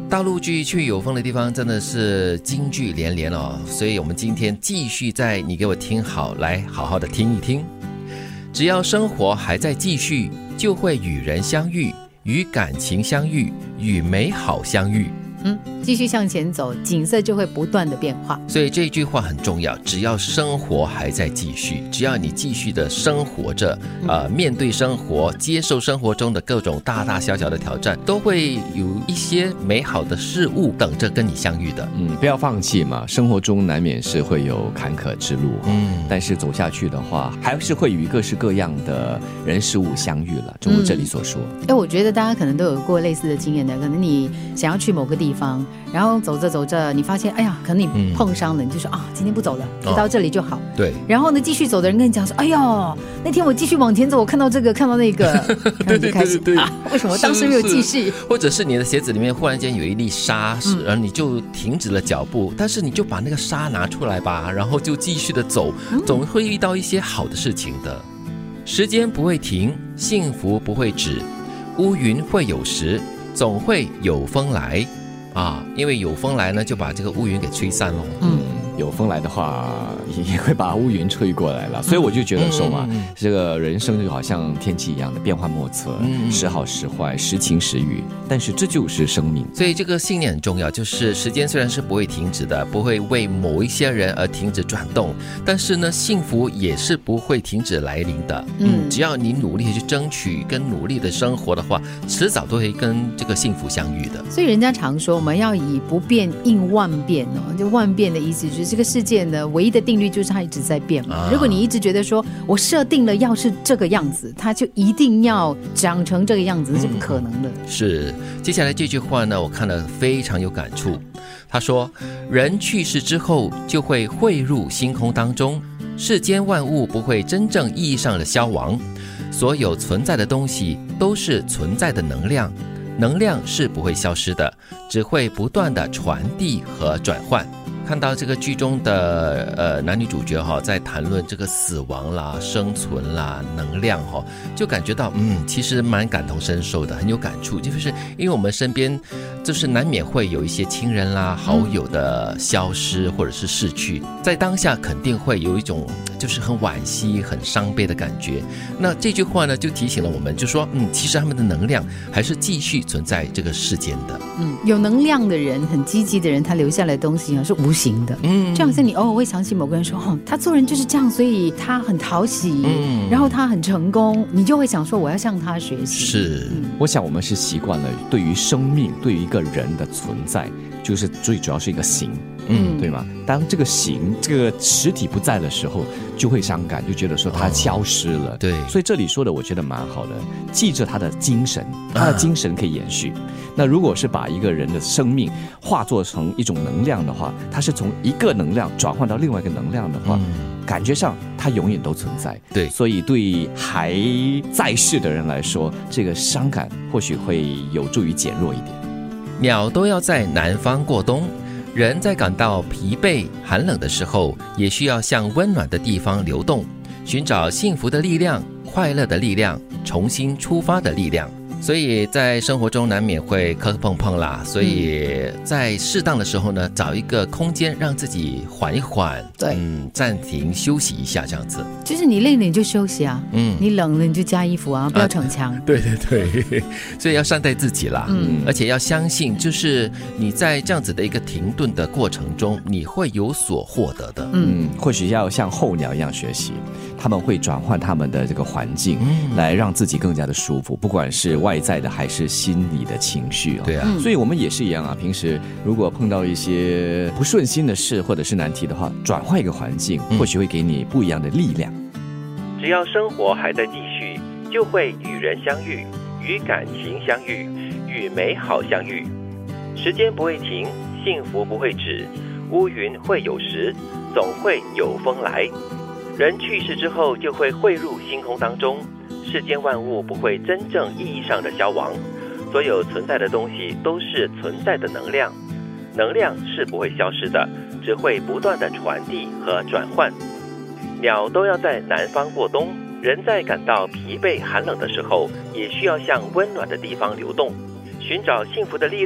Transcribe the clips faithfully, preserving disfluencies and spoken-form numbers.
大陆剧去有风的地方真的是金句连连哦，所以我们今天继续在你给我听好，来好好的听一听。只要生活还在继续，就会与人相遇，与感情相遇，与美好相遇。 嗯，继续向前走，景色就会不断的变化。 所以这句话很重要，只要生活还在继续，只要你继续的生活着，呃，面对生活，接受生活中的各种大大小小的挑战，都会有一些美好的事物等着跟你相遇的。 嗯，不要放弃嘛，生活中难免是会有坎坷之路，嗯，但是走下去的话，还是会与各式各样的人事物相遇了，正如这里所说。 哎、嗯，我觉得大家可能都有过类似的经验的，可能你想要去某个地方，然后走着走着，你发现，哎呀，可能你碰伤了，嗯、你就说啊，今天不走了，就到这里就好。哦、 对。 然后呢，继续走的人跟你讲说，哎呦，那天我继续往前走，我看到这个，看到那个， 对对对对对、啊， 为什么当时没有继续？ 或者是你的鞋子里面忽然间有一粒沙，嗯、然后你就停止了脚步，但是你就把那个沙拿出来吧，然后就继续的走，嗯、总会遇到一些好的事情的。时间不会停，幸福不会止，乌云会有时，总会有风来。啊，因为有风来呢，就把这个乌云给吹散了。 嗯，有风来的话，也会把乌云吹过来了。所以我就觉得说嘛，嗯、这个人生就好像天气一样的变幻莫测，嗯、时好时坏，时晴时雨。但是这就是生命。 所以这个信念很重要，就是时间虽然是不会停止的，不会为某一些人而停止转动，但是呢，幸福也是不会停止来临的。嗯，只要你努力去争取跟努力的生活的话，迟早都会跟这个幸福相遇的。 所以人家常说，我们要以不变应万变哦，就万变的意思就是这个世界呢，唯一的定律就是它一直在变嘛。啊、如果你一直觉得说我设定了要是这个样子，它就一定要长成这个样子，这是不可能的。 嗯、是，接下来这句话呢，我看了非常有感触。他说，人去世之后就会汇入星空当中，世间万物不会真正意义上的消亡，所有存在的东西都是存在的能量。能量是不会消失的，只会不断的传递和转换。看到这个剧中的呃男女主角哈，在谈论这个死亡啦、生存啦、能量哈，就感觉到嗯，其实蛮感同身受的，很有感触。就是因为我们身边就是难免会有一些亲人啦、好友的消失或者是逝去，在当下肯定会有一种就是很惋惜、很伤悲的感觉。那这句话呢，就提醒了我们，就说嗯，其实他们的能量还是继续存在这个世间的。 嗯，有能量的人、很积极的人，他留下来的东西啊是无形的。嗯，就好像你偶尔会想起某个人说，哦，他做人就是这样，所以他很讨喜，嗯，然后他很成功，你就会想说，我要向他学习。 是， 嗯、我想我们是习惯了对于生命、对于一个人的存在，就是最主要是一个形。嗯，对吗？当这个形、这个实体不在的时候，就会伤感，就觉得说它消失了。 哦、对， 所以这里说的我觉得蛮好的，记着他的精神，他的精神可以延续。啊、那如果是把一个人的生命化作成一种能量的话，它是从一个能量转换到另外一个能量的话，嗯、感觉上它永远都存在。 对， 所以对还在世的人来说，这个伤感或许会有助于减弱一点。 鸟都要在南方过冬。人在感到疲惫、寒冷的时候，也需要向温暖的地方流动，寻找幸福的力量、快乐的力量、重新出发的力量。所以在生活中难免会磕磕碰碰啦，所以在适当的时候呢，找一个空间让自己缓一缓， 对， 嗯，暂停休息一下，这样子。 就是你累了你就休息啊，嗯，你冷了你就加衣服啊，不要逞强。啊、 对对对，所以要善待自己啦，嗯，而且要相信，就是你在这样子的一个停顿的过程中，你会有所获得的。 嗯，或许要像候鸟一样学习，他们会转换他们的这个环境，嗯、来让自己更加的舒服，不管是外在的还是心理的情绪、哦、 对啊， 所以我们也是一样啊，平时如果碰到一些不顺心的事或者是难题的话，转换一个环境，或许会给你不一样的力量。 只要生活还在继续，就会与人相遇，与感情相遇，与美好相遇。时间不会停，幸福不会止，乌云会有时，总会有风来。人去世之后就会汇入星空当中，世间万物不会真正意义上的消亡，所有存在的东西都是存在的能量，能量是不会消失的，只会不断的传递和转换。鸟都要在南方过冬，人在感到疲惫寒冷的时候，也需要向温暖的地方流动，寻找幸福的力量、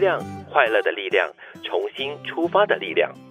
快乐的力量，重新出发的力量。